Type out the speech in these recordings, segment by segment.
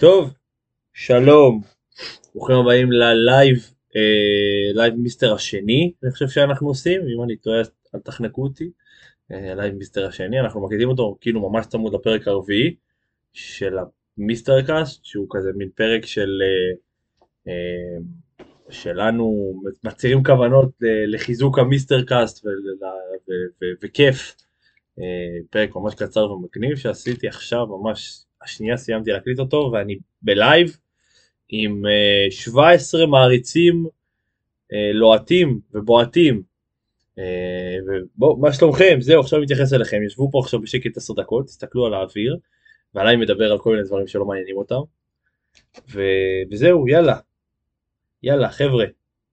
טוב, שלום, ברוכים הבאים ללייב, לייב מיסטר השני, אני חושב שאנחנו עושים, אם אני טועה אל תחנקו אותי, לייב מיסטר השני, אנחנו מקליטים אותו כאילו ממש צמוד לפרק הרביעי של המיסטר קאסט, שהוא כזה מין פרק אה, שלנו מצהירים כוונות לחיזוק המיסטר קאסט וכיף, פרק ממש קצר ומגניב שעשיתי עכשיו, ממש השנייה סיימתי להקליט אותו ואני בלייב עם 17 מעריצים לוהטים ובועטים. ובואו, מה שלומכם? זהו, עכשיו מתייחס אליכם. ישבו פה עכשיו בשקט 10 דקות, תסתכלו על האוויר ועליי מדבר על כל מיני דברים שלא מעניינים אותם, וזהו, יאללה, יאללה חבר'ה,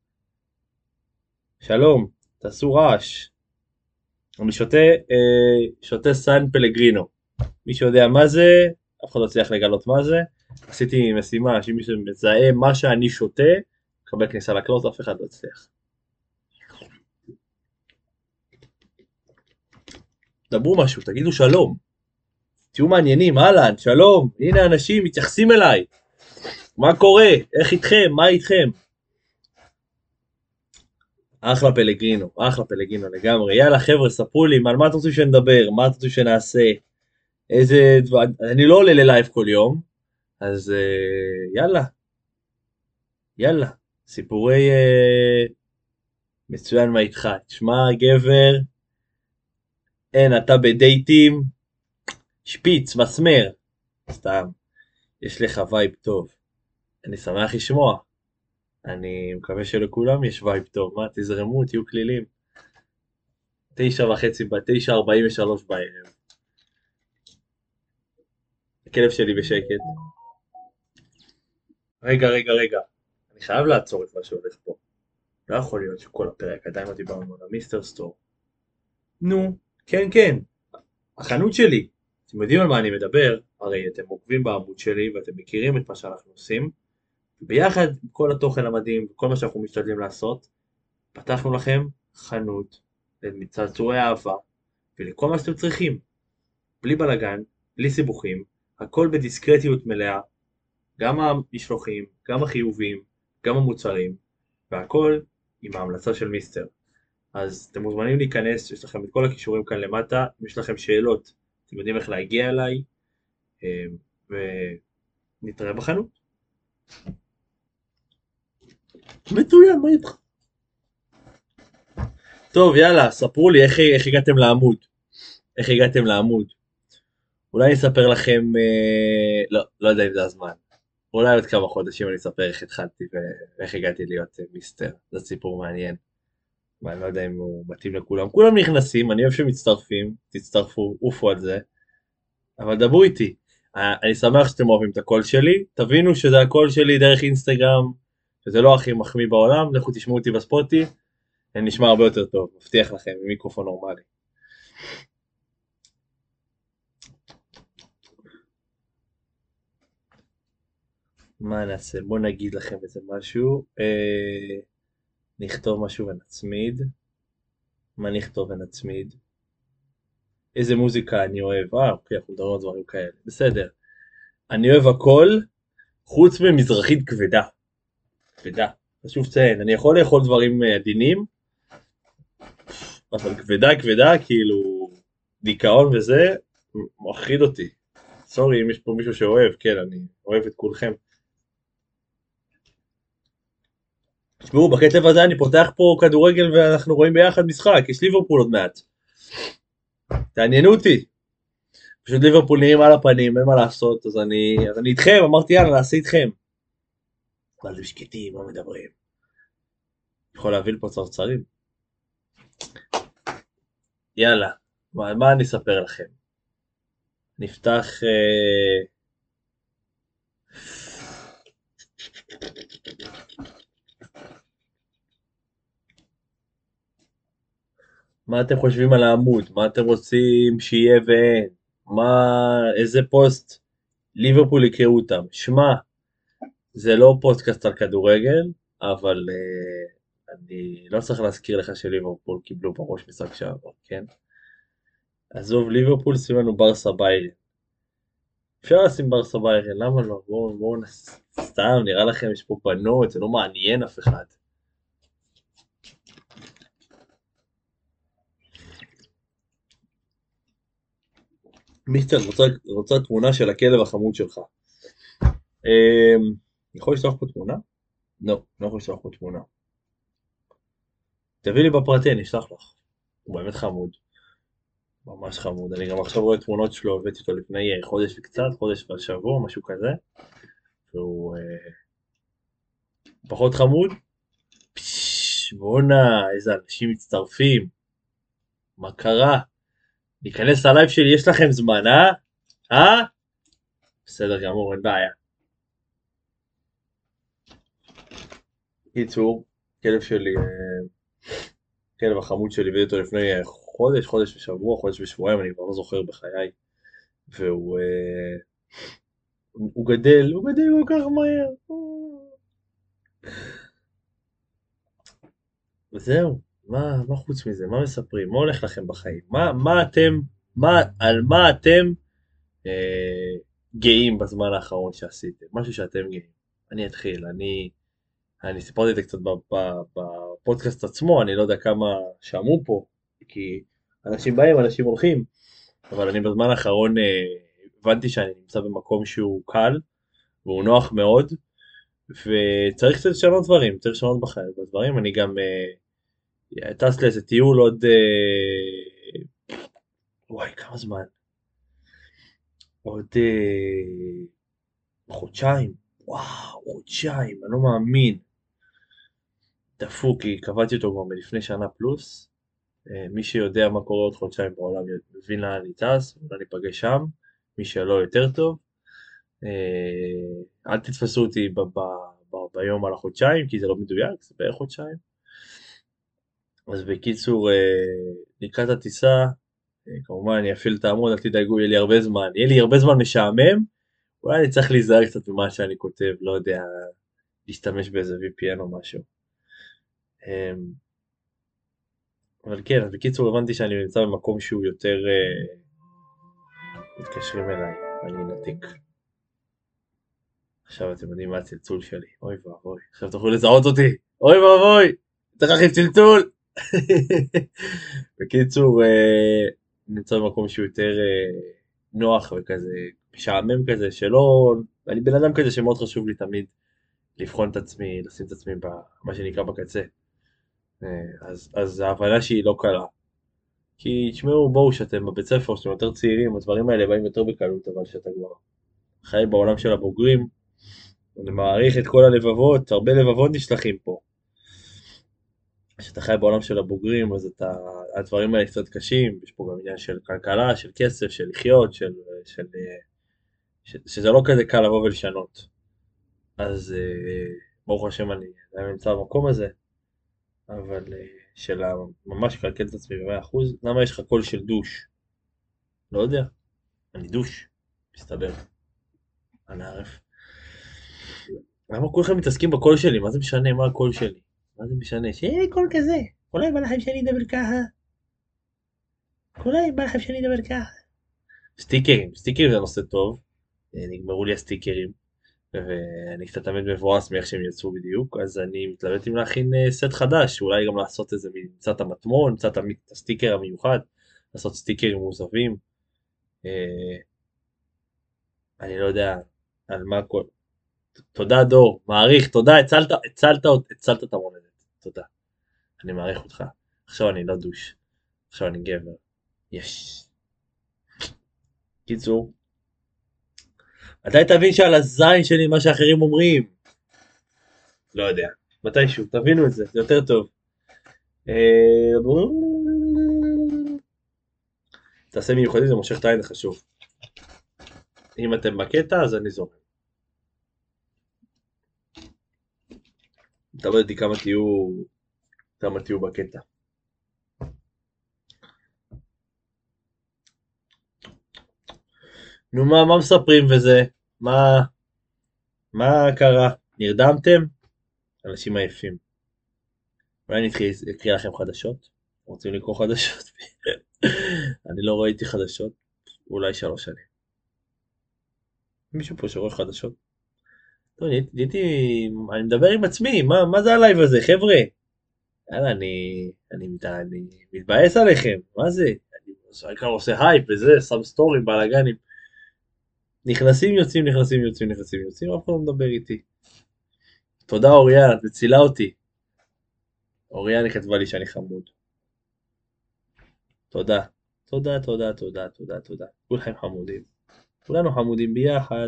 שלום, תעשו רעש. אני שותה סן פלגרינו. מי שיודע מה זה, אף אחד לא הצליח לגלות מה זה. עשיתי משימה שמי שמזהה מה שאני שותה קבל כניסה לקלוט, אף אחד לא הצליח. דברו משהו, תגידו שלום, תהיו מעניינים, אהלן, שלום, הנה אנשים מתייחסים אליי, מה קורה, איך איתכם, מה איתכם? אחלה פלגרינו, אחלה פלגרינו לגמרי. יאללה חבר'ה, ספרו לי על מה אתם רוצים שנדבר, מה אתם רוצים שנעשה, איזה דבר, אני לא עולה ללייב כל יום, אז יאללה, יאללה, סיפורי מצוין, מה איתך? תשמע גבר, אין, אתה בדייטים, שפיץ, מסמר, סתם, יש לך וייב טוב, אני שמח לשמוע, אני מקווה שלכולם יש וייב טוב, מה, תזרמו, תהיו כלילים. 9:30, 9:43 בערב, הכלב שלי בשקט. רגע, אני חייב לעצור את מה שהולך פה, לא יכול להיות שכל הפרק עדיין לא דיברנו על המיסטר סטור. נו, כן, החנות שלי, אתם יודעים על מה אני מדבר, הרי אתם עוקבים בעמוד שלי ואתם מכירים את מה שאנחנו עושים, ביחד עם כל התוכן המדהים וכל מה שאנחנו משתדלים לעשות, פתחנו לכם חנות לצעצועי אהבה ולכל מה שאתם צריכים, בלי בלגן, בלי סיבוכים, הכל בדיסקרטיות מלאה, גם המשלוחים, גם החיובים, גם המוצרים, והכל עם ההמלצה של מיסטר. אז אתם מוזמנים להיכנס, יש לכם את כל הכישורים כאן למטה, אם יש לכם שאלות, אתם יודעים איך להגיע אליי, ונתראה בחנות. מצוין, מה איתך? טוב, יאללה, ספרו לי איך הגעתם לעמוד. איך הגעתם לעמוד. אולי אני אספר לכם, לא יודע אם זה הזמן. אולי עוד כמה חודשים אני אספר איך התחלתי ואיך הגעתי להיות מיסטר. זה סיפור מעניין. ואני לא יודע אם הוא מתאים לכולם. כולם נכנסים, אני אוהב שמצטרפים, תצטרפו, אופו על זה. אבל דברו איתי. אני שמח שאתם אוהבים את הקול שלי. תבינו שזה הקול שלי דרך אינסטגרם, שזה לא הכי מחמיא בעולם. לכו תשמעו אותי בספוטי. אני נשמע הרבה יותר טוב, מבטיח לכם, עם מיקרופון נורמלי. מה נעשה? בואו נגיד לכם איזה משהו. נכתוב משהו ונצמיד. מה נכתוב ונצמיד? איזה מוזיקה אני אוהב? אוקיי, אנחנו מדברים על דברים כאלה. בסדר. אני אוהב הכל, חוץ ממזרחית כבדה. כבדה. חשוב ציין, אני יכול לאכול דברים עדינים, אבל כבדה, כאילו, דיכאון וזה, מפחיד אותי. סורי אם יש פה מישהו שאוהב, כן, אני אוהב את כולכם. תשמעו, בקטב הזה אני פותח פה כדורגל ואנחנו רואים ביחד משחק, יש ליברפול עוד מעט. תעניינו אותי. פשוט ליברפול נראים על הפנים, אין מה לעשות, אז אני איתכם, אמרתי יאללה, נעשה איתכם. אבל זה שקטים, מה מדברים? יכול להביא לפה צרצרים. יאללה, מה אני אספר לכם? נפתח... מה אתם חושבים על העמוד? מה אתם רוצים שיהיה ואין? איזה פוסט ליברפול יקראו אותם? שמע, זה לא פודקאסט על כדורגל, אבל אני לא צריך להזכיר לך שליברפול קיבלו בראש משחק שעבר, כן? עזוב ליברפול, שים לנו ברסה ביירן. אפשר לשים ברסה ביירן, למה לא? בואו סתם, נראה לכם, יש פה בנות, זה לא מעניין אף אחד. מיסטר, רוצה תמונה של הכלב החמוד שלך. יכול לשלוח פה תמונה? לא יכול לשלוח פה תמונה. תביא לי בפרטי, אני אשלח לך. הוא באמת חמוד. ממש חמוד. אני גם עכשיו רואה תמונות שלו, הבאתי אותו לפני חודש וקצת, חודש והשבוע, משהו כזה. והוא פחות חמוד. בואנה, איזה אנשים מצטרפים. מה קרה? להיכנס ללייב שלי, יש לכם זמן, אה? אה? בסדר גמור, אין בעיה. קיצור, כלב שלי, כלב החמוד שלי, הבאתי אותו לפני חודש ושבוע, חודש ושבועיים, אני כבר לא זוכר בחיי. והוא הוא גדל כל כך מהר. וזהו, מה חוץ מזה? מה מספרים? מה הולך לכם בחיים? על מה אתם גאים בזמן האחרון שעשיתם? משהו שאתם גאים. אני אתחיל, אני סיפרתי את זה קצת בפודקאסט עצמו, אני לא יודע כמה שמעו פה, כי אנשים באים, אנשים הולכים, אבל אני בזמן האחרון הבנתי שאני נמצא במקום שהוא קל, והוא נוח מאוד, וצריך קצת לשנות דברים, צריך לשנות בדברים, אני גם טס לאיזה טיול עוד, וואי כמה זמן, עוד חודשיים, וואו חודשיים, אני לא מאמין, דפוק, כי קבעתי אותו כבר מלפני שנה פלוס, מי שיודע מה קורה עוד חודשיים בעולם מבין לאן אני טס, אולי ניפגש שם, מי שלא יותר טוב, אל תתפסו אותי ביום על החודשיים, כי זה לא מדויק, זה בערך חודשיים. אז בקיצור, לקראת הטיסה, כמובן אני אפעיל את העמוד, אל תדאגו, יהיה לי הרבה זמן משעמם, אולי אני צריך להיזהר קצת ממה שאני כותב, לא יודע, להשתמש באיזה VPN או משהו. אבל כן, אז בקיצור הבנתי שאני נמצא במקום שהוא יותר מתקשרים אליי, אני נתיק. עכשיו אתם יודעים מה הצלצול שלי, אוי ואבוי, עכשיו תוכלו לזהות אותי, אוי ואבוי, צריך להחליף צלצול. בקיצור, נמצא במקום שהוא יותר נוח וכזה, משעמם כזה, שלא, אני בן אדם כזה שמאוד חשוב לי תמיד לבחון את עצמי, לשים את עצמי במה שנקרא בקצה. אז ההבנה שהיא לא קלה. כי תשמעו, בואו שאתם בבית ספר, שאתם יותר צעירים, הדברים האלה באים יותר בקלות, אבל שאתה כבר חי בעולם של הבוגרים, אני מעריך את כל הלבבות, הרבה לבבות נשלחים פה. כשאתה חי בעולם של הבוגרים, אז הדברים האלה קצת קשים, יש פה גם עניין של כלכלה, של כסף, של לחיות, שזה לא כזה קל לבוא ולשנות. אז ברוך השם אני נמצא במקום הזה, אבל של ממש לקלקל את עצמי ב100%, למה יש לך קול של דוש? לא יודע, אני דוש, מסתבר. אני ערף. למה כולכם מתעסקים בקול שלי? מה זה משנה מה הקול שלי? מה זה משנה? שיהיה קול כזה. אולי בא לכם שאני אדבר ככה? אולי בא לכם שאני אדבר ככה? סטיקרים זה נושא טוב. נגמרו לי הסטיקרים. ואני קצת תמיד מבואס מאיך שהם יצאו בדיוק. אז אני מתלבט אם להכין סט חדש. אולי גם לעשות איזה מצאת המטמון, מצאת הסטיקר המיוחד. לעשות סטיקרים מוזבים. אני לא יודע על מה כל... תודה דור, מעריך, תודה, הצלת את המולדת, תודה. אני מעריך אותך. עכשיו אני לא דוש, עכשיו אני גבר. יש. קיצור, מתי תבין שעל הזין שלי מה שאחרים אומרים? לא יודע, מתישהו, תבינו את זה, זה יותר טוב. תעשה מיוחדים, זה מושך את העין, זה חשוב. אם אתם בקטע, אז אני זורם. תאמר אותי כמה תהיו בקטע. נו מה מספרים וזה? מה קרה? נרדמתם? אנשים עייפים. אולי אני אקריא לכם חדשות? רוצים לקרוא חדשות? אני לא ראיתי חדשות, אולי 3 שנים. מישהו פה שרואה חדשות? טוב, אני מדבר עם עצמי, מה זה הלייב הזה, חבר'ה? יאללה, אני מתבאס עליכם, מה זה? אני העיקר עושה הייפ וזה, שם סטורים, בלאגנים. נכנסים, יוצאים, נכנסים, יוצאים, נכנסים, יוצאים, אף אחד לא מדבר איתי. תודה אוריאן, את מצילה אותי. אוריאן היא כתבה לי שאני חמוד. תודה. תודה, תודה, תודה, תודה, תודה. כולכם חמודים. כולנו חמודים ביחד.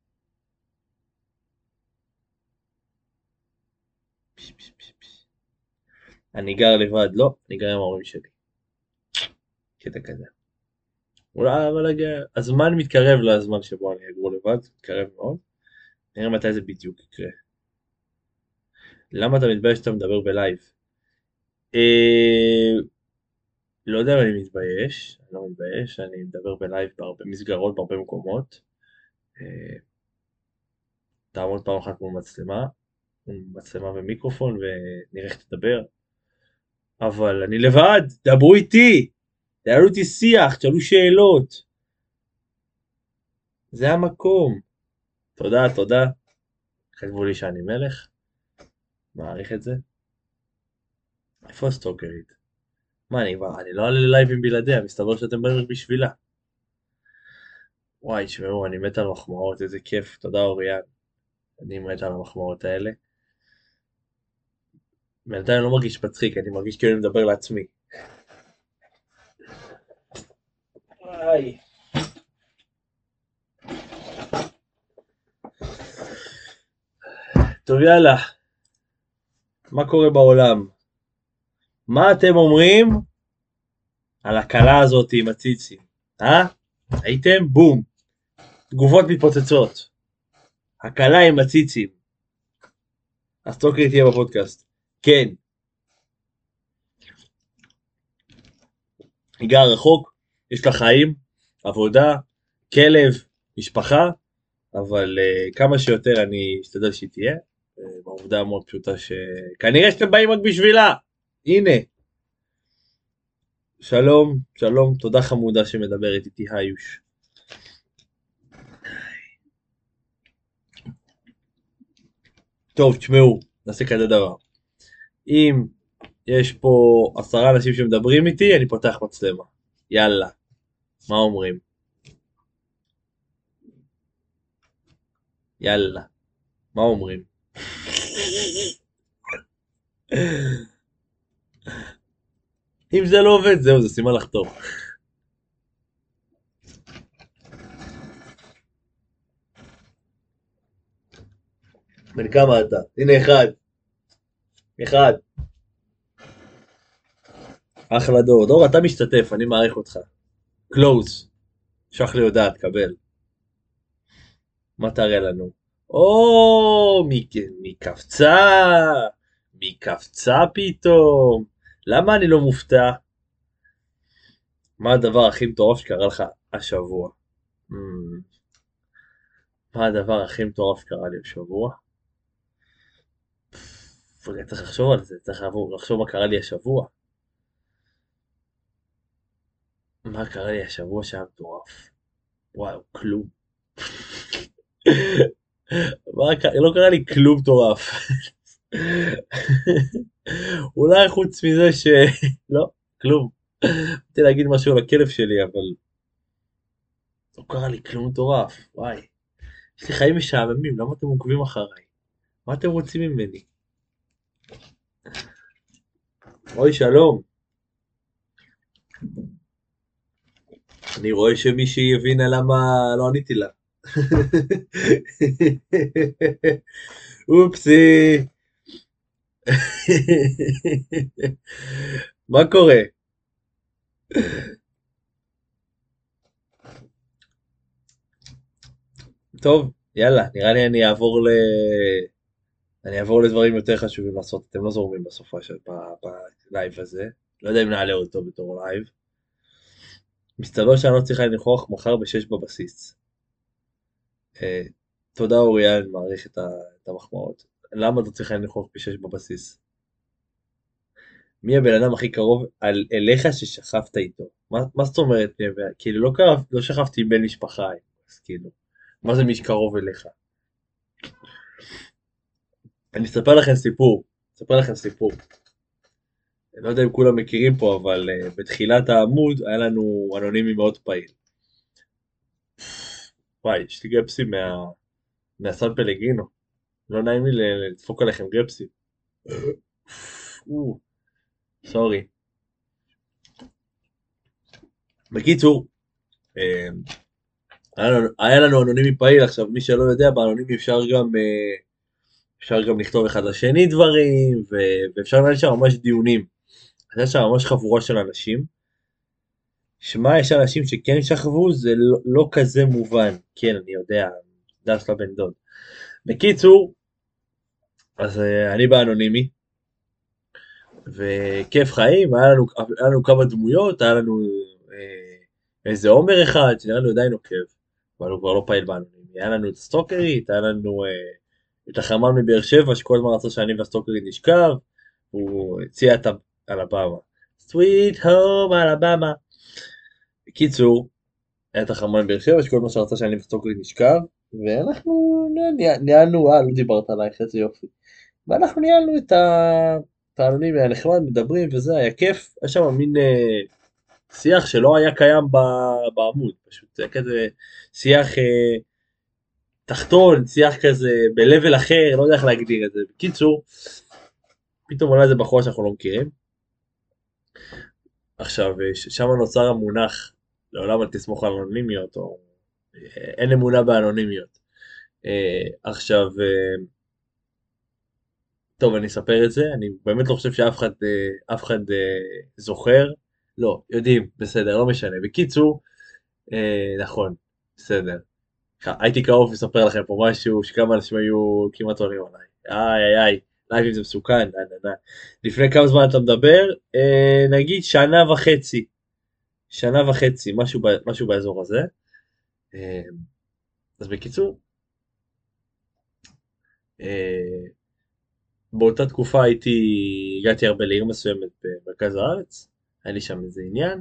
פש, פש, פש, פש. אני גר לבד, לא, אני גר עם ההורים שלי. קטע כזה. אולי, אבל הזמן מתקרב לזמן שבו אני אגור לבד, זה מתקרב מאוד. נראה מתי זה בדיוק יקרה. למה אתה מתבייש שאתה מדבר בלייב? אה... לא יודע אם אני מתבייש, אני לא מתבייש, אני מדבר בלייב בהרבה מסגרות, בהרבה מקומות. אה... תעמוד פעם אחת מול מצלמה ומיקרופון ונראה איך תדבר. אבל אני לבד, דברו איתי, תעלו איתי שיח, תשאלו שאלות. זה המקום. תודה, תודה. כתבו לי שאני מלך, מעריך את זה. איפה הסטוקרית? מה, אני לא אעלה ללייבים בלעדיה, מסתבר שאתם בערך בשבילה. וואי, תשמעו, אני מת על מחמאות, איזה כיף, תודה אוריאן. אני מת על המחמאות האלה. בינתיים לא מרגיש מצחיק, אני מרגיש כאילו אני מדבר לעצמי. וואי. טוב יאללה, מה קורה בעולם? מה אתם אומרים על הכלה הזאת עם הציצים? הייתם? בום. תגובות מתפוצצות. הכלה עם הציצים. הסטוקרית תהיה בפודקאסט. כן. היא גרה רחוק, יש לה חיים, עבודה, כלב, משפחה, אבל כמה שיותר אני אשתדל שהיא תהיה. בעובדה מאוד פשוטה שכנראה שאתם באים רק בשבילה. הנה. שלום, שלום, תודה חמודה שמדברת איתי, היוש. טוב, תשמעו, נעשה כזה דבר. אם יש פה 10 אנשים שמדברים איתי, אני פותח מצלמה. יאללה, מה אומרים? יאללה, מה אומרים? אם זה לא עובד, זהו, זה סימן לחתום. בן כמה אתה? הנה אחד. אחד. אחלה דור. דור, אתה משתתף, אני מעריך אותך. קלוז. שלח לי הודעה, תקבל. מה תראה לנו? או, מי קפצה? מי קפצה פתאום? למה אני לא מופתע? מה הדבר הכי מטורף שקרה לך השבוע? מה הדבר הכי מטורף שקרה לי השבוע? צריך לחשוב על זה, צריך לחשוב מה קרה לי השבוע. מה קרה לי השבוע שהיה מטורף? וואו, כלום. לא קרה לי כלום מטורף. אולי חוץ מזה לא, כלום. רציתי להגיד משהו על הכלב שלי, אבל לא קרה לי כלום מטורף. וואי. יש לי חיים משעממים, למה אתם עוקבים אחריי? מה אתם רוצים ממני? אוי, שלום. אני רואה שמישהי הבינה למה לא עניתי לה. אופסי. מה קורה? טוב, יאללה, נראה לי אני אעבור לדברים יותר חשובים לעשות, אתם לא זורמים בסופה של בלייב הזה, לא יודע אם נעלה אותו בתור לייב. מסתבר שאני לא צריכה לנכוח מחר ב-6 בבסיס. תודה אוריאן, מעריך את המחמאות. למה אתה צריכה לנכוח ב-6 בבסיס? מי הבן אדם הכי קרוב אליך ששכבת איתו? מה זאת אומרת? כאילו לא שכבתי עם בן משפחה, אז כאילו. מה זה מי שקרוב אליך? אני אספר לכם סיפור, אני לא יודע אם כולם מכירים פה, אבל בתחילת העמוד היה לנו אנונימי מאוד פעיל. וואי, יש לי גפסים מהסן פלגרינו, לא נעים לי לדפוק עליכם גפסים. סורי. בקיצור, אה, היה לנו אנונימי פעיל. עכשיו מי שלא יודע, באנונימי אפשר גם לכתוב אחד לשני דברים, ואפשר לנהל שם ממש דיונים. היה שם ממש חבורה של אנשים. שמע, יש אנשים שכן שכבו, זה לא כזה מובן. כן, אני יודע, דף של הבן דוד. בקיצור, אז אני באנונימי, וכיף חיים. היה לנו כמה דמויות, היה לנו איזה עומר אחד, שנראה לי עדיין עוקב, אבל הוא כבר לא פעיל באנונימי. היה לנו את סטוקרית, היה לנו את החמל מבאר שבע, שכל הזמן רצה שאני והסטוקרית נשכב, הוא הציע את אלבמה. Sweet home אלבמה. בקיצור, היה את החמל מבאר שבע, שכל הזמן שרצה שאני והסטוקרית נשכב, ואנחנו ניהלנו, לא דיברת עלייך, איזה יופי. ואנחנו ניהלנו את האנונימי, היה נחמד, מדברים וזה, היה כיף. היה שם מין שיח שלא היה קיים בעמוד, פשוט זה כזה שיח תחתון, שיח כזה בלבל אחר, לא יודע איך להגדיר את זה. בקיצור, פתאום עולה איזה בחורה שאנחנו לא מכירים. עכשיו, שם נוצר המונח, לעולם אל תסמוך על אנונימיות, או אין אמונה באנונימיות. עכשיו, טוב, אני אספר את זה, אני באמת לא חושב שאף אחד זוכר, לא, יודעים, בסדר, לא משנה. בקיצור, נכון, בסדר. הייתי קרוב לספר לכם פה משהו שכמה אנשים היו כמעט עולים עליי. איי, לייבים זה מסוכן. לפני כמה זמן אתה מדבר? נגיד שנה וחצי, משהו באזור הזה. אז בקיצור, באותה תקופה הגעתי הרבה לעיר מסוימת במרכז הארץ, היה לי שם איזה עניין,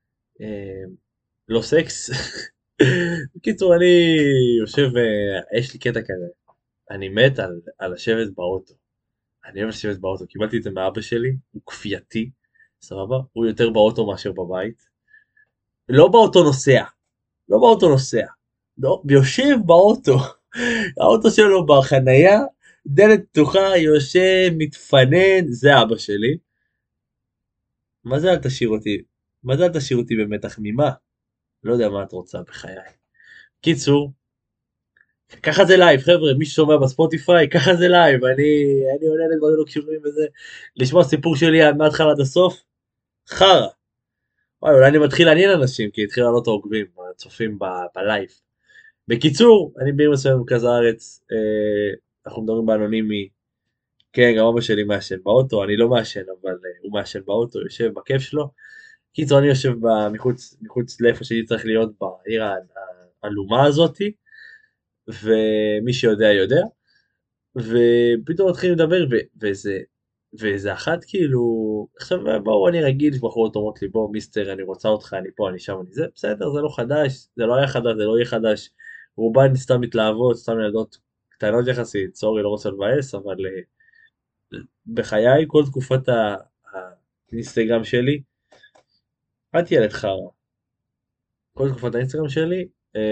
לא סקס. בקיצור, אני יושב, יש לי קטע כזה, אני מת על לשבת באוטו. אני אוהב לשבת באוטו, קיבלתי את זה מאבא שלי, הוא כפייתי, סבבה? הוא יותר באוטו מאשר בבית. לא באוטו נוסע, לא, יושב באוטו, האוטו שלו בחנייה, דלת פתוחה, יושב, מתפנן, זה אבא שלי. מה זה אל תשאיר אותי במתח? ממה? לא יודע מה את רוצה בחיי. קיצור, ככה זה לייב, חבר'ה, מי ששומע בספוטיפיי, ככה זה לייב, אני עולה לדברים לא קשורים בזה, לשמוע סיפור שלי מההתחלה עד הסוף, חרא. וואי, אולי אני מתחיל לעניין אנשים, כי התחיל לעלות העוקבים, הצופים בלייב. בקיצור, אני בעיר מסוים במרכז הארץ, אנחנו מדברים באנונימי, כן, גם אבא שלי מעשן באוטו, אני לא מעשן, אבל הוא מעשן באוטו, יושב בכיף שלו. קיצור, אני יושב מחוץ לאיפה שהיא צריך להיות בעיר האלומה הזאתי, ומי שיודע יודע, ופתאום מתחילים לדבר, ואיזה אחת כאילו, עכשיו בואו, אני רגיל שבחורות אומרות לי, בוא מיסטר, אני רוצה אותך, אני פה, אני שם, אני זה, בסדר, זה לא חדש, זה לא היה חדש, זה לא יהיה חדש, רובן סתם מתלהבות, סתם ילדות קטנות יחסית, סורי, לא רוצה לבאס, אבל בחיי כל תקופת האינסטגרם שלי, הייתי ילד חרא, כל תקופת האינסטגרם שלי,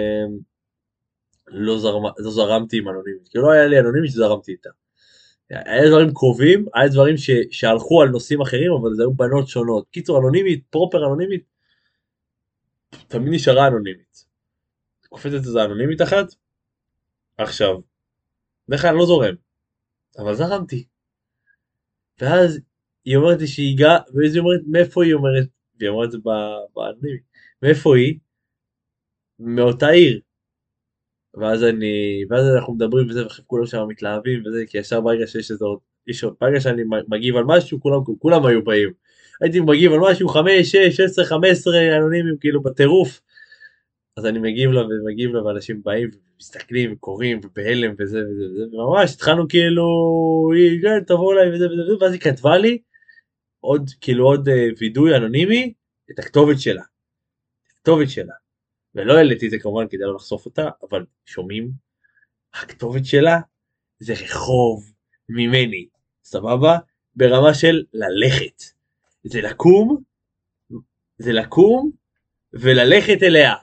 לא זרמתי עם אנונימית, כי לא היה לי אנונימית שזרמתי איתה. היה דברים קרובים, היה דברים שהלכו על נושאים אחרים, אבל זה היו בנות שונות. קיצור, אנונימית, פרופר אנונימית, תמיד נשארה אנונימית. קופצת איזה אנונימית אחת, עכשיו, בכלל אני לא זורם, אבל זרמתי. ואז היא אומרת לי שהיא הגעה, ואז היא אומרת, מאיפה היא אומרת, והיא אומרת את זה באנונימית, מאיפה היא? מאותה עיר. ואז אנחנו מדברים וזה, וכולם שם מתלהבים וזה, כי ישר ברגע שיש איזה עוד, ברגע שאני מגיב על משהו, כולם היו באים. הייתי מגיב על משהו, 5, 6, 10, 15 אנונימים, כאילו בטירוף. אז אני מגיב לה, ואנשים באים ומסתכלים וקוראים ובהלם וזה וזה וזה, וממש התחלנו כאילו, כן, תבוא אליי וזה וזה וזה, ואז היא כתבה לי עוד וידוי אנונימי, את הכתובת שלה. ולא העליתי את זה כמובן כדי לא לחשוף אותה, אבל שומעים, הכתובת שלה זה רחוב ממני, סבבה? ברמה של ללכת. זה לקום, זה לקום וללכת אליה.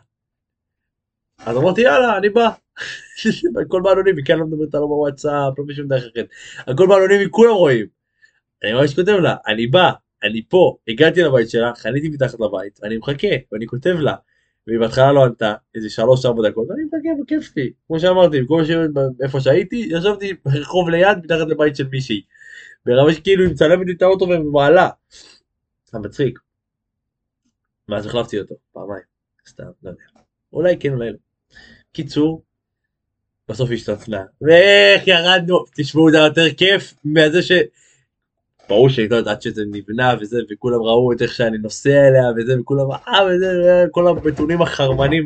אז אמרתי יאללה אני בא. הכל באנונימי, כי אני לא מדברת עליו בוואטסאפ, לא בשום דרך אחרת. הכל באנונימי, כולם רואים. אני ממש כותב לה, אני בא, אני פה, הגעתי לבית שלה, חניתי מתחת לבית, ואני מחכה, ואני כותב לה. והיא בהתחלה לא ענתה, איזה 3-4 דקות, ואני מחכה בכיף לי. כמו שאמרתי, במקום לשבת איפה שהייתי, ישבתי ברחוב ליד, מתחת לבית של מישהי. ברמה שכאילו היא מצלמת לי את האוטו ומעלה. המצחיק. ואז החלפתי אותו, פעמיים. סתם, לא יודע. אולי כן, אולי לא. קיצור, בסוף השתתנה. ואיך ירדנו, תשמעו, זה יותר כיף מהזה ש... ברור שהייתה עד שזה נבנה וזה, וכולם ראו את איך שאני נוסע אליה וזה, וכולם, וזה, כל הבתולים החרמנים,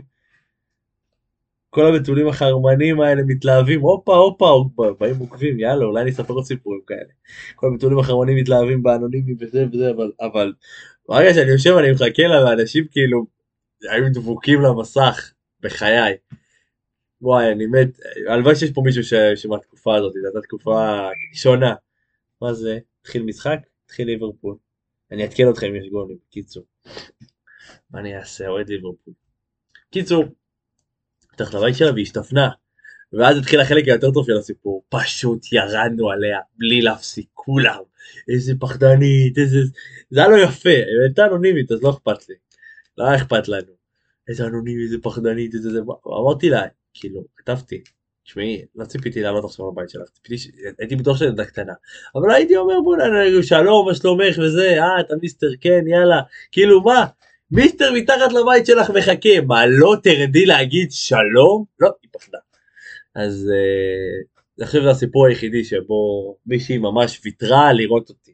כל הבתולים החרמנים האלה מתלהבים, הופה, באים עוקבים, יאללה, אולי אני אספר עוד סיפורים כאלה. כל הבתולים החרמנים מתלהבים באנונימי וזה, אבל ברגע שאני יושב אני מחכה לה, ואנשים כאילו, היו דבוקים למסך, בחיי. וואי, אני מת, הלוואי שיש פה מישהו שמהתקופה הזאת, זו הייתה תקופה שונה. מה זה? התחיל משחק? התחיל ליברפול. אני אתקן אתכם אם יש גולים, קיצור. מה אני אעשה? אוהד ליברפול. קיצור, פתח לבית שלה והשתפנה. ואז התחיל החלק היותר טוב של הסיפור. פשוט ירדנו עליה, בלי להפסיק, כולם. איזה פחדנית, איזה... זה היה לא יפה, היא הייתה אנונימית, אז לא אכפת לי. לא היה אכפת לנו. איזה אנונימית, איזה פחדנית, איזה זה... אמרתי לה, כאילו, כתבתי. תשמעי, לא ציפיתי לעלות עכשיו בבית שלך, הייתי בטוח שזה ילדה קטנה, אבל הייתי אומר בוא נגיד שלום, מה שלומך וזה, אתה מיסטר, כן, יאללה, כאילו מה, מיסטר מתחת לבית שלך מחכה, מה לא תרדי להגיד שלום? לא, היא פחדה. אז אני חושב שזה הסיפור היחידי שבו מישהי ממש ויתרה לראות אותי.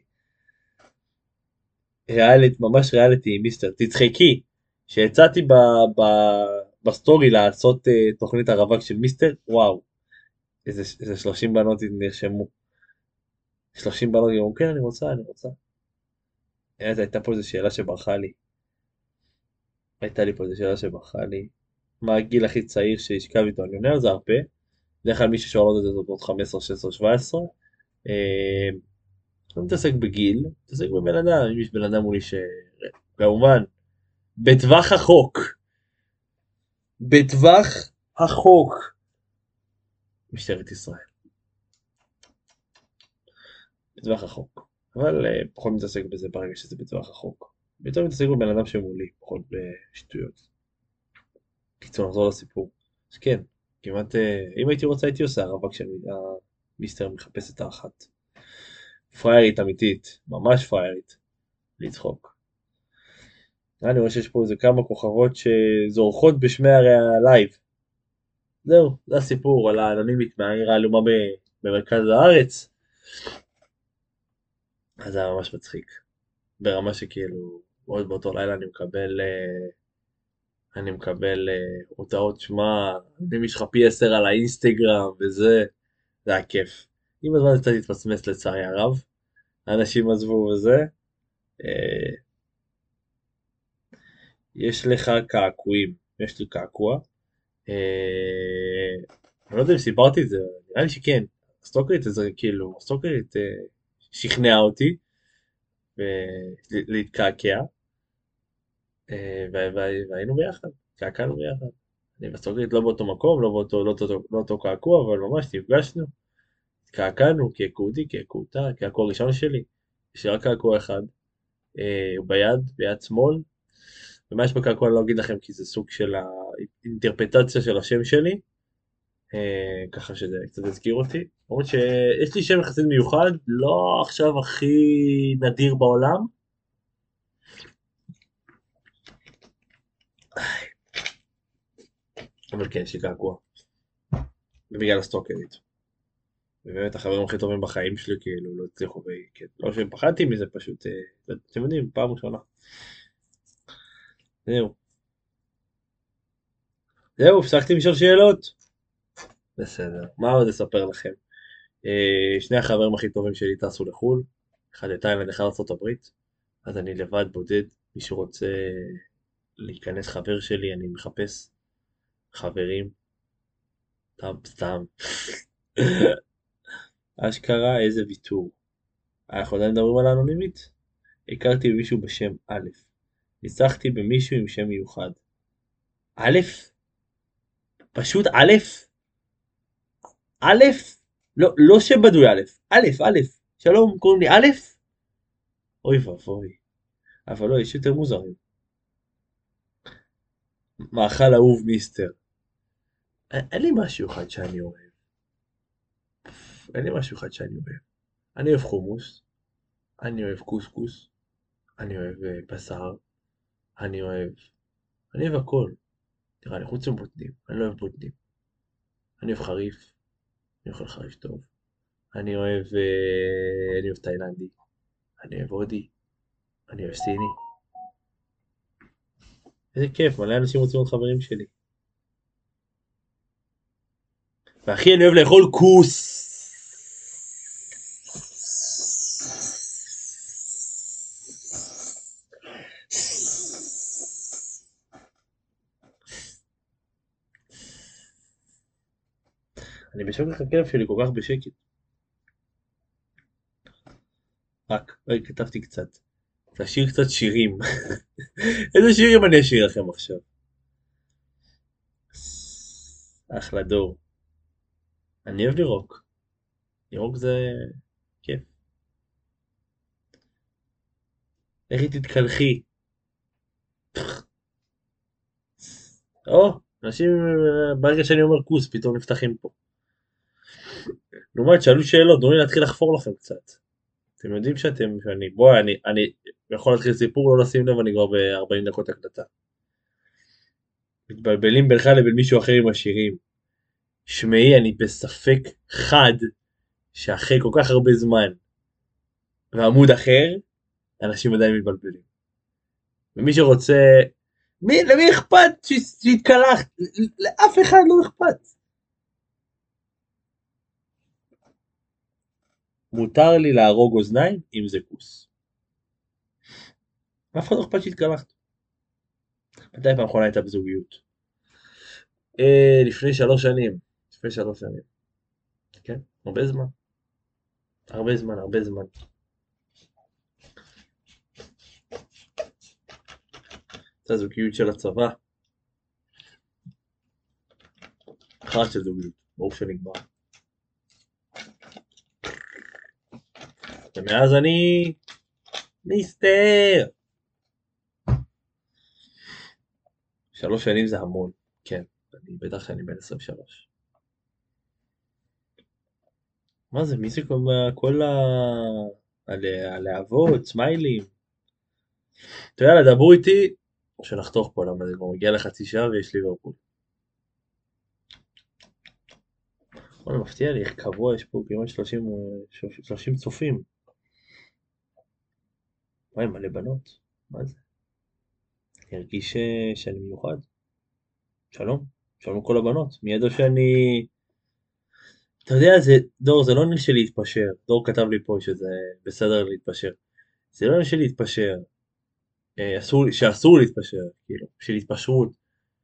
ממש ריאליטי עם מיסטר, תצחקי, שיצאתי בסטורי לעשות תוכנית הרווק של מיסטר, וואו. איזה 30 בנות נרשמו. 30 בנות אמרו, כן, אני רוצה. הייתה פה איזו שאלה שברחה לי. מה הגיל הכי צעיר שישכב איתו? אני עונה על זה הרבה. בדרך כלל מי ששואל את זה זאת עוד 15, 16, 17. לא מתעסק בגיל, מתעסק בבן אדם. אם יש בן אדם מולי כמובן, בטווח החוק. משטרת ישראל. בטווח החוק. אבל פחות מתעסק בזה ברגע שזה בטווח החוק. יותר מתעסק בבן אדם שמולי, פחות בשטויות. קיצור, נחזור לסיפור. אז כן, כמעט, אם הייתי רוצה הייתי עושה הרווק של מיסטר מחפש את האחת. פריירית אמיתית, ממש פריירית. לצחוק. אני רואה שיש פה איזה כמה כוכבות שזורחות בשמי הלייב. זהו, זה הסיפור על האנונימית מהעיר האלומה במרכז הארץ. אז זה היה ממש מצחיק. ברמה שכאילו, עוד באותו לילה אני מקבל הודעות שמע, אם יש לך פי 10 על האינסטגרם וזה, זה היה כיף. עם הזמן קצת התפסמס לצערי הרב, האנשים עזבו וזה. יש לך קעקועים, יש לי קעקוע. אני לא יודע אם סיפרתי את זה, נראה לי שכן. הסטוקרית זה כאילו, הסטוקרית שכנעה אותי להתקעקע. והיינו ביחד, קעקענו ביחד. אני בסטוקרית לא באותו מקום, לא אותו קעקוע, אבל ממש נפגשנו. קעקענו, קעקעותה, קעקוע ראשון שלי. יש רק קעקוע אחד, ביד שמאל. ומה יש בקעקוע אני לא אגיד לכם, כי זה סוג של האינטרפטציה של השם שלי. ככה שזה קצת הזכיר אותי. למרות שיש לי שם יחסית מיוחד, לא עכשיו הכי נדיר בעולם. אבל כן, יש לי קעקוע. ובגלל הסטוקרית. ובאמת החברים הכי טובים בחיים שלי כאילו לא הצליחו, לא שפחדתי מזה פשוט, אתם יודעים, פעם ראשונה. זהו, הפסקתי לשאול שאלות. בסדר, מה עוד אספר לכם? שני החברים הכי טובים שלי טסו לחו"ל, אחד לתאילנד, אחד לארצות הברית, אז אני לבד בודד, מישהו רוצה להיכנס חבר שלי, אני מחפש, חברים, סתם. אשכרה איזה ויתור. אנחנו עדיין מדברים על האנונימית? הכרתי במישהו בשם א', ניצחתי במישהו עם שם מיוחד. א'? פשוט א'? א'? לא, לא שם בדוי א', א', א', שלום, קוראים לי א'? אוי ואבוי. אבל לא, יש יותר מוזרים. מאכל אהוב מיסטר. אין לי משהו אחד שאני אוהב. אין לי משהו אחד שאני אוהב. אני אוהב חומוס, אני אוהב קוסקוס, אני אוהב בשר, אני אוהב... אני אוהב הכל. תראה, אני חוץ מבוטנים, אני לא אוהב בוטנים. אני אוהב חריף, אני אוכל חריף טוב. אני אוהב תאילנדי, אני אוהב הודי, אני אוהב סיני. איזה כיף, מלא אנשים רוצים להיות חברים שלי. והכי אני אוהב לאכול כוס. אני בשוק איך הכלב שלי כל כך בשקט. רק כתבתי קצת. תשאיר קצת שירים. איזה שירים אני אשאיר לכם עכשיו? אחלה דור. אני אוהב לירוק. לירוק זה כיף. לכי תתקלחי. או, אנשים ברגע שאני אומר כוס פתאום נפתחים פה. לעומת שאלו שאלות, תנו לי להתחיל לחפור לכם קצת. אתם יודעים אני יכול להתחיל סיפור, לא לשים לב, אני כבר ב-40 דקות הקלטה. מתבלבלים בינך לבין מישהו אחר עם השירים. שמעי, אני בספק חד שאחרי כל כך הרבה זמן ועמוד אחר, אנשים עדיין מתבלבלים. ומי שרוצה, למי אכפת שהתקלחת? לאף אחד לא אכפת. מותר לי להרוג אוזניים אם זה כוס. אף אחד לא אכפת שהתקלחת. מתי פעם אחרונה הייתה בזוגיות? לפני 3 שנים. לפני 3 שנים. כן, הרבה זמן. הרבה זמן, הרבה זמן. זה הזוגיות של הצבא. אחת של זוגיות. ברור שנגמר. ומאז אני... מיסטר! 3 שנים זה המון. כן, בטח שאני בן 23. מה זה? מי זה כל הלהבות, סמיילים? אתה יודע, דברו איתי, או שנחתוך פה, למה זה כבר מגיע לחצי שעה ויש ליברפול. וואלה, מפתיע לי איך קבוע, יש פה כמעט 30 צופים. וואי, מלא בנות. מה זה? אני הרגיש שאני מיוחד. שלום, שלום כל הבנות. מי ידע שאני... אתה יודע, דור, זה לא עניין של להתפשר. דור כתב לי פה שזה בסדר להתפשר. זה לא עניין של להתפשר. שאסור להתפשר, כאילו, של התפשרות.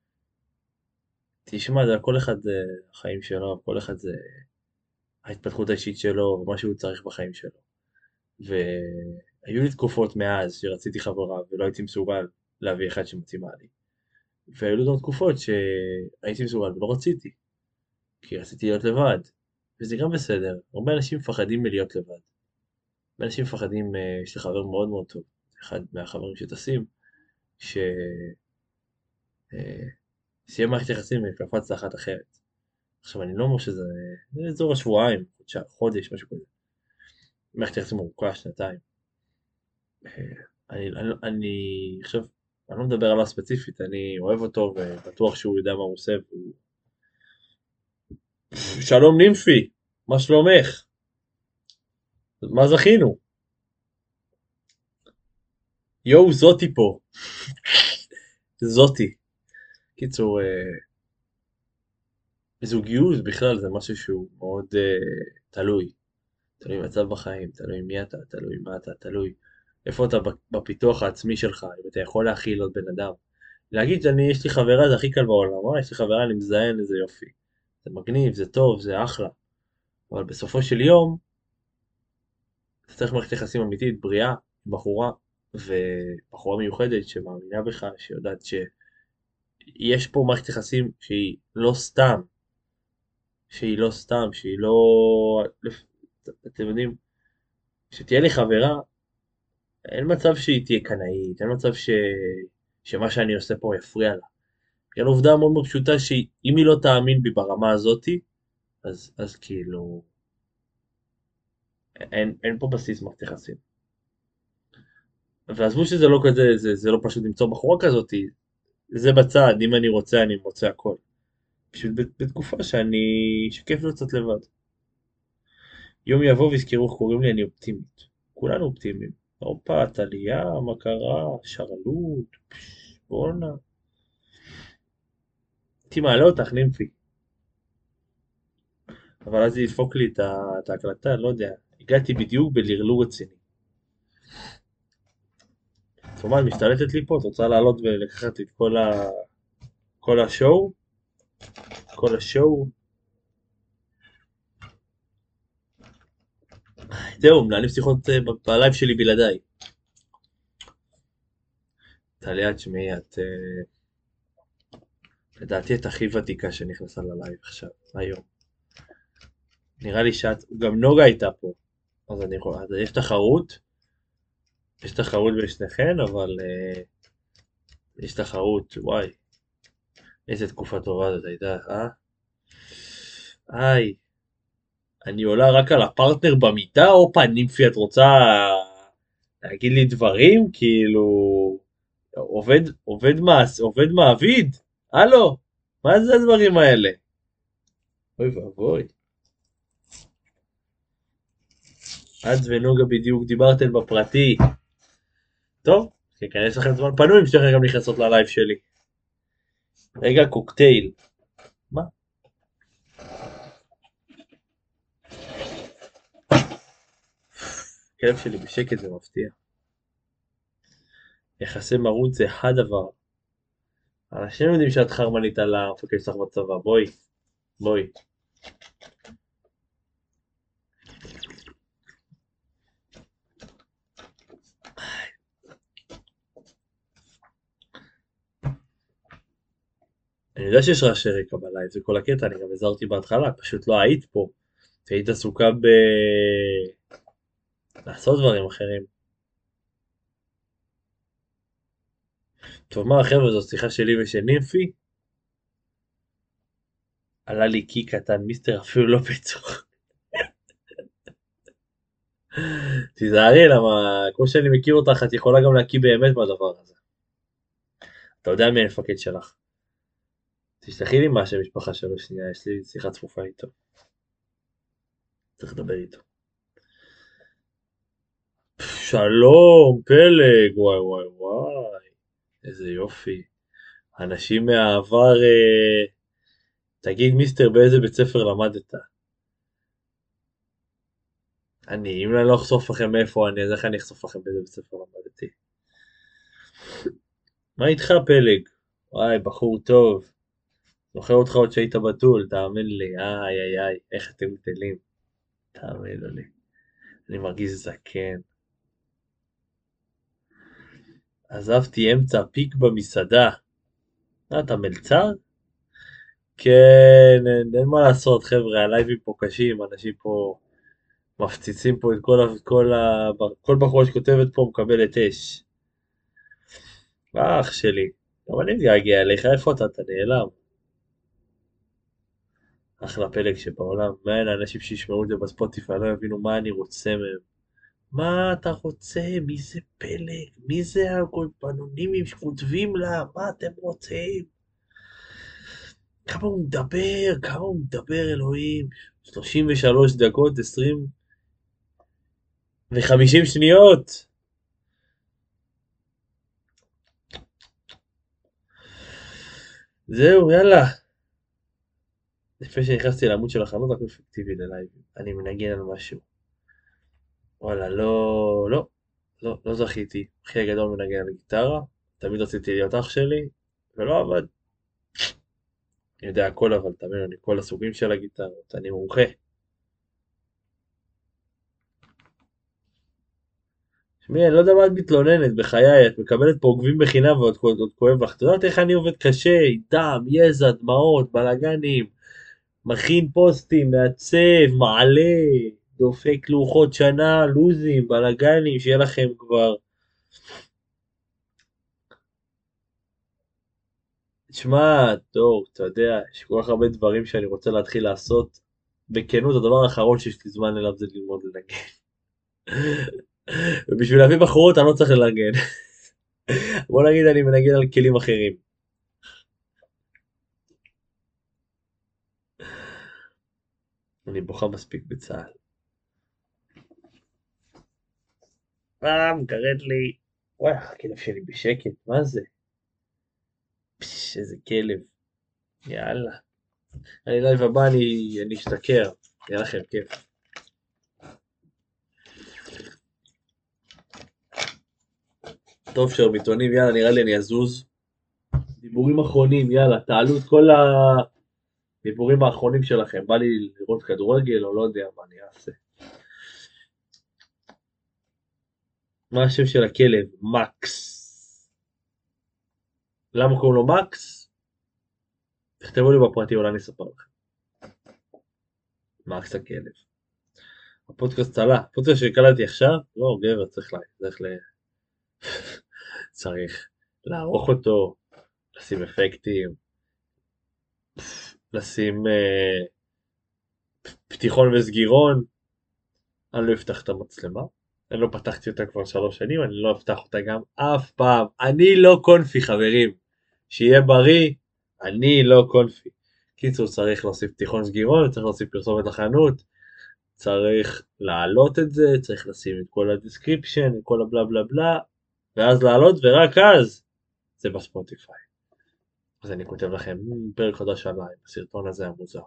תשמע, זה כל אחד החיים שלו, כל אחד זה ההתפתחות האישית שלו ומה שהוא צריך בחיים שלו. והיו לי תקופות מאז שרציתי חברה ולא הייתי מסוגל להביא אחד שמתאימה לי. והיו לי גם תקופות שהייתי מסוגל ולא רציתי, כי רציתי להיות לבד. וזה גם בסדר, הרבה אנשים מפחדים מלהיות לבד. הרבה אנשים מפחדים, יש לי חבר מאוד מאוד טוב, אחד מהחברים שטסים, סיים מערכת יחסים וקפץ לאחת אחרת. עכשיו אני לא אומר שזה, זה אזור השבועיים, חודש, משהו כזה. מערכת יחסים ארוכה, 2 שנתיים. אני חושב, אני לא מדבר עליו ספציפית, אני אוהב אותו ובטוח שהוא יודע מה הוא עושה. שלום נימפי, מה שלומך? מה זכינו? יואו, זאתי פה. זאתי. קיצור, זוגיות בכלל זה משהו שהוא מאוד תלוי. תלוי מצב בחיים, תלוי מי אתה, תלוי מה אתה, תלוי איפה אתה בפיתוח העצמי שלך, אם אתה יכול להכיל עוד בן אדם, להגיד יש לי חברה זה הכי קל בעולם, יש לי חברה, אני מזיין, איזה יופי. זה מגניב, זה טוב, זה אחלה. אבל בסופו של יום, אתה צריך מערכת יחסים אמיתית, בריאה, עם בחורה, ובחורה מיוחדת שמאמינה בך, שיודעת שיש פה מערכת יחסים שהיא לא... אתם יודעים, שתהיה לי חברה, אין מצב שהיא תהיה קנאית, אין מצב שמה שאני עושה פה יפריע לה. כן, עובדה מאוד מאוד פשוטה שאם היא לא תאמין בי ברמה הזאתי, אז כאילו, אין פה בסיס מערכת יחסים. ועזבו שזה לא כזה, זה לא פשוט למצוא בחורה כזאתי, זה בצד, אם אני רוצה אני מוצא הכל. פשוט בתקופה שכיף לו קצת לבד. יום יבוא ויזכרו איך קוראים לי, אני אופטימית. כולנו אופטימיים. הופה, טליה, מה קרה? שרלות, בואנה. הייתי מעלה אותך, נימפי. אבל אז זה ידפוק לי את ההקלטה, לא יודע. הגעתי בדיוק בלרלור רציני. זאת אומרת, משתלטת לי פה, את רוצה לעלות ולקחת את כל השואו? כל השואו? זהו, מנהלים שיחות בלייב שלי בלעדיי. טליה, תשמעי, לדעתי את הכי ותיקה שנכנסה ללייב עכשיו, היום. נראה לי גם נוגה הייתה פה. אז יש תחרות בין שניכן, אבל יש תחרות, וואי, איזה תקופה טובה זאת הייתה, אה? איי, אני עולה רק על הפרטנר במיטה, הופה, נימפי, את רוצה להגיד לי דברים? כאילו, עובד מעביד? הלו, מה זה הדברים האלה? אוי ואבוי. את ונוגה בדיוק דיברתם בפרטי. טוב, כנראה יש לכם זמן פנוי, אם שתכף גם נכנסות ללייב שלי. רגע, קוקטייל. מה? כלב שלי בשקט זה מפתיע. יחסי מרות זה הדבר. אנשים יודעים שאת חרמנית על המפקד שלך בצבא, בואי. אני יודע שיש רעשי רקע בלייב, זה כל הקטע, אני גם הזהרתי בהתחלה, פשוט לא היית פה. היית עסוקה לעשות דברים אחרים. טוב מה חבר'ה, זו שיחה שלי ושל נימפי. עלה לי קי קטן, מיסטר אפילו לא פיצוח. תיזהרי, למה כמו שאני מכיר אותך, את יכולה גם להקיא באמת בדבר הזה. אתה יודע מי המפקד שלך. תשלחי לי מה שם משפחה שלו שנייה, יש לי שיחה צפופה איתו. צריך לדבר איתו. שלום, פלג, וואי, איזה יופי. אנשים מהעבר, תגיד מיסטר באיזה בית ספר למדת? אם אני לא אחשוף לכם מאיפה אני, אז איך אני אחשוף לכם באיזה בית ספר למדתי? מה איתך פלג? וואי, בחור טוב. זוכר אותך עוד שהיית בתול, תאמין לי, איי, איך אתם גדלים. תאמין לי. אני מרגיש זקן. עזבתי אמצע פיק במסעדה. אתה מלצר? כן, אין מה לעשות חבר'ה, הלייבים פה קשים, אנשים פה מפציצים פה את כל בחורה שכותבת פה מקבלת אש. אח שלי, גם אני מתגעגע אליך, איפה אתה נעלם? אחלה פלג שבעולם, מה אין האנשים שישמעו את זה בספוטיפיי, לא יבינו מה אני רוצה מהם. מה אתה רוצה? מי זה פלג? מי זה האנונימים שכותבים לה? מה אתם רוצים? כמה הוא מדבר אלוהים? 33 דקות, 20 ו-50 שניות. זהו, יאללה. לפני שנכנסתי לעמוד של החנות, רק אפקטיבי ללייב. אני מנגן על משהו. וואלה, לא זכיתי. אחי הגדול מנגן על גיטרה. תמיד רציתי להיות אח שלי. ולא עבד. אני יודע הכל, אבל תאמין, אני כל הסוגים של הגיטרות, אני מומחה. שמי, אני לא יודע מה את מתלוננת, בחיי, את מקבלת פה עוקבים בחינם ועוד כואב לך. את יודעת איך אני עובד קשה, עם דם, יזע, דמעות, בלאגנים, מכין פוסטים, מעצב, מעלה, דופק לוחות שנה, לוזים, בלאגנים, שיהיה לכם כבר. תשמע, טוב, אתה יודע, יש כל כך הרבה דברים שאני רוצה להתחיל לעשות. בכנות, הדבר האחרון שיש לי זמן אליו זה ללמוד לנגן. ובשביל להביא בחורות אני לא צריך לנגן. בוא נגיד אני מנגן על כלים אחרים. אני בוכה מספיק בצה"ל. מגרד לי. וואי, הכלב שלי בשקט, מה זה? איזה כלב. יאללה. אני לייב הבא, אני אשתכר. יהיה לכם כיף. טוב שרביטונים, יאללה, נראה לי אני אזוז. דיבורים אחרונים, יאללה, תעלו את כל הדיבורים האחרונים שלכם. בא לי לראות כדורגל או לא יודע מה אני אעשה. מה השם של הכלב? מקס. למה קוראים לו מקס? תכתבו לי בפרטי, אולי אני אספר לכם. מקס הכלב. הפודקאסט צלה. הפודקאסט שקלטתי עכשיו? לא, גבר, צריך לערוך אותו, לשים אפקטים, לשים פתיחון וסגירון. אני לא אפתח את המצלמה. אני לא פתחתי אותה כבר 3 שנים, אני לא אפתח אותה גם אף פעם. אני לא קונפי, חברים. שיהיה בריא, אני לא קונפי. קיצור, צריך להוסיף פתיחון סגירון, צריך להוסיף פרסומת לחנות, צריך להעלות את זה, צריך לשים את כל הדיסקריפשן, את כל הבלה בלה בלה, ואז לעלות, ורק אז זה בספוטיפיי. אז אני כותב לכם פרק חדש עליי, בסרטון הזה המוזר.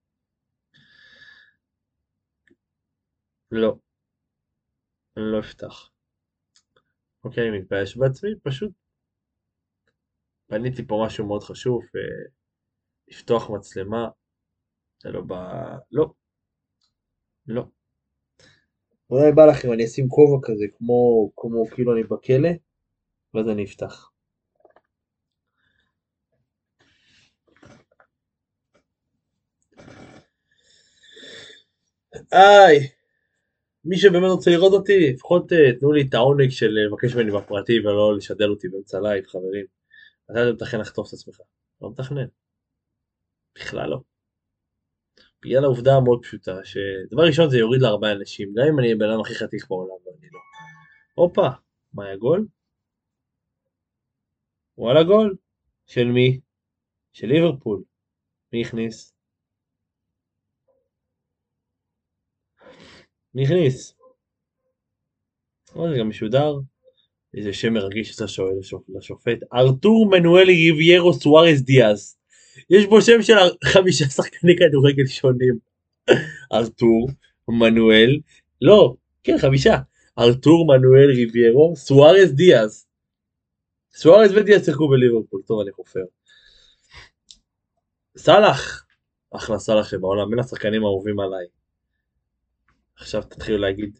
לא, אני לא אפתח. אוקיי, אני מתבייש בעצמי, פשוט בניתי פה משהו מאוד חשוב, לפתוח מצלמה, זה לא בא... לא, לא. אולי בא לכם, אני אשים כובע כזה, כמו כאילו אני בכלא, ואז אני אפתח. איי, מי שבאמת רוצה לראות אותי, לפחות תנו לי את העונג של לבקש ממני בפרטי ולא לשדל אותי באמצע לייב, חברים. אתה מתכנן לחטוף את עצמך. לא מתכנן. בכלל לא. בגלל העובדה המאוד פשוטה, שדבר ראשון זה יוריד להרבה אנשים, גם אם אני הבן אדם הכי חתיך בעולם ואני לא. הופה, מה היה גול? וואלה גול. של מי? של ליברפול. מי הכניס? מי הכניס? זה גם משודר. איזה שם מרגיש שאתה שואל לשופט. ארתור מנואל ריביירו סוארס דיאז. יש בו שם של 5 שחקני כדורגל שונים. ארתור מנואל, לא, כן 5. ארתור מנואל ריביירו סוארס דיאז. סוארס ודיאז שיחקו בליברפול. טוב, אני חופר. סלאח. אחלה סלאח שבעולם, בין השחקנים האהובים עליי. עכשיו תתחילו להגיד.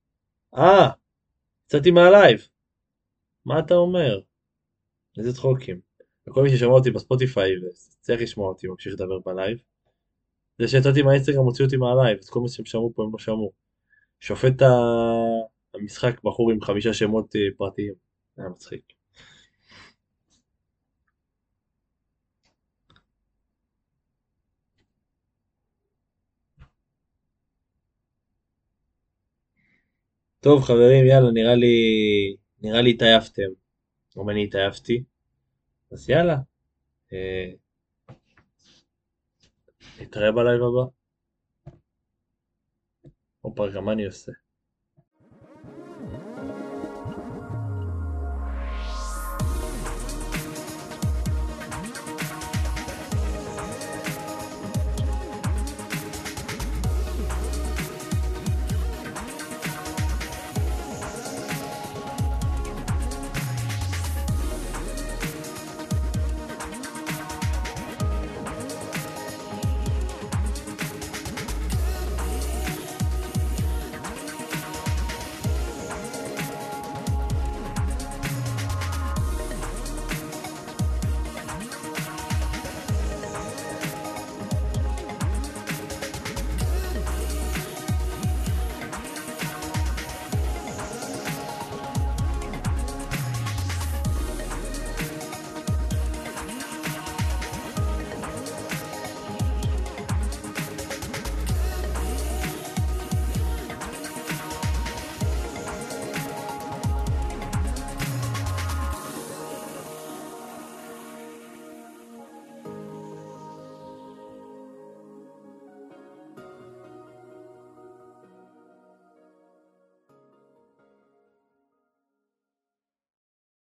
יצאתי מהלייב. מה אתה אומר? איזה צחוקים. וכל מי ששומע אותי בספוטיפיי וצריך לשמוע אותי ממשיך לדבר בלייב. זה שיצאתי מהאינסטגרם הוציא אותי מהלייב, אז כל מי שהם שמעו פה הם לא שמעו. שופט המשחק בחור עם 5 שמות פרטיים. היה מצחיק. טוב חברים, יאללה, נראה לי התעייפתם. או אני התעייפתי. אז יאללה. אה, נתראה בלייב הבא. הופה, גם מה אני עושה?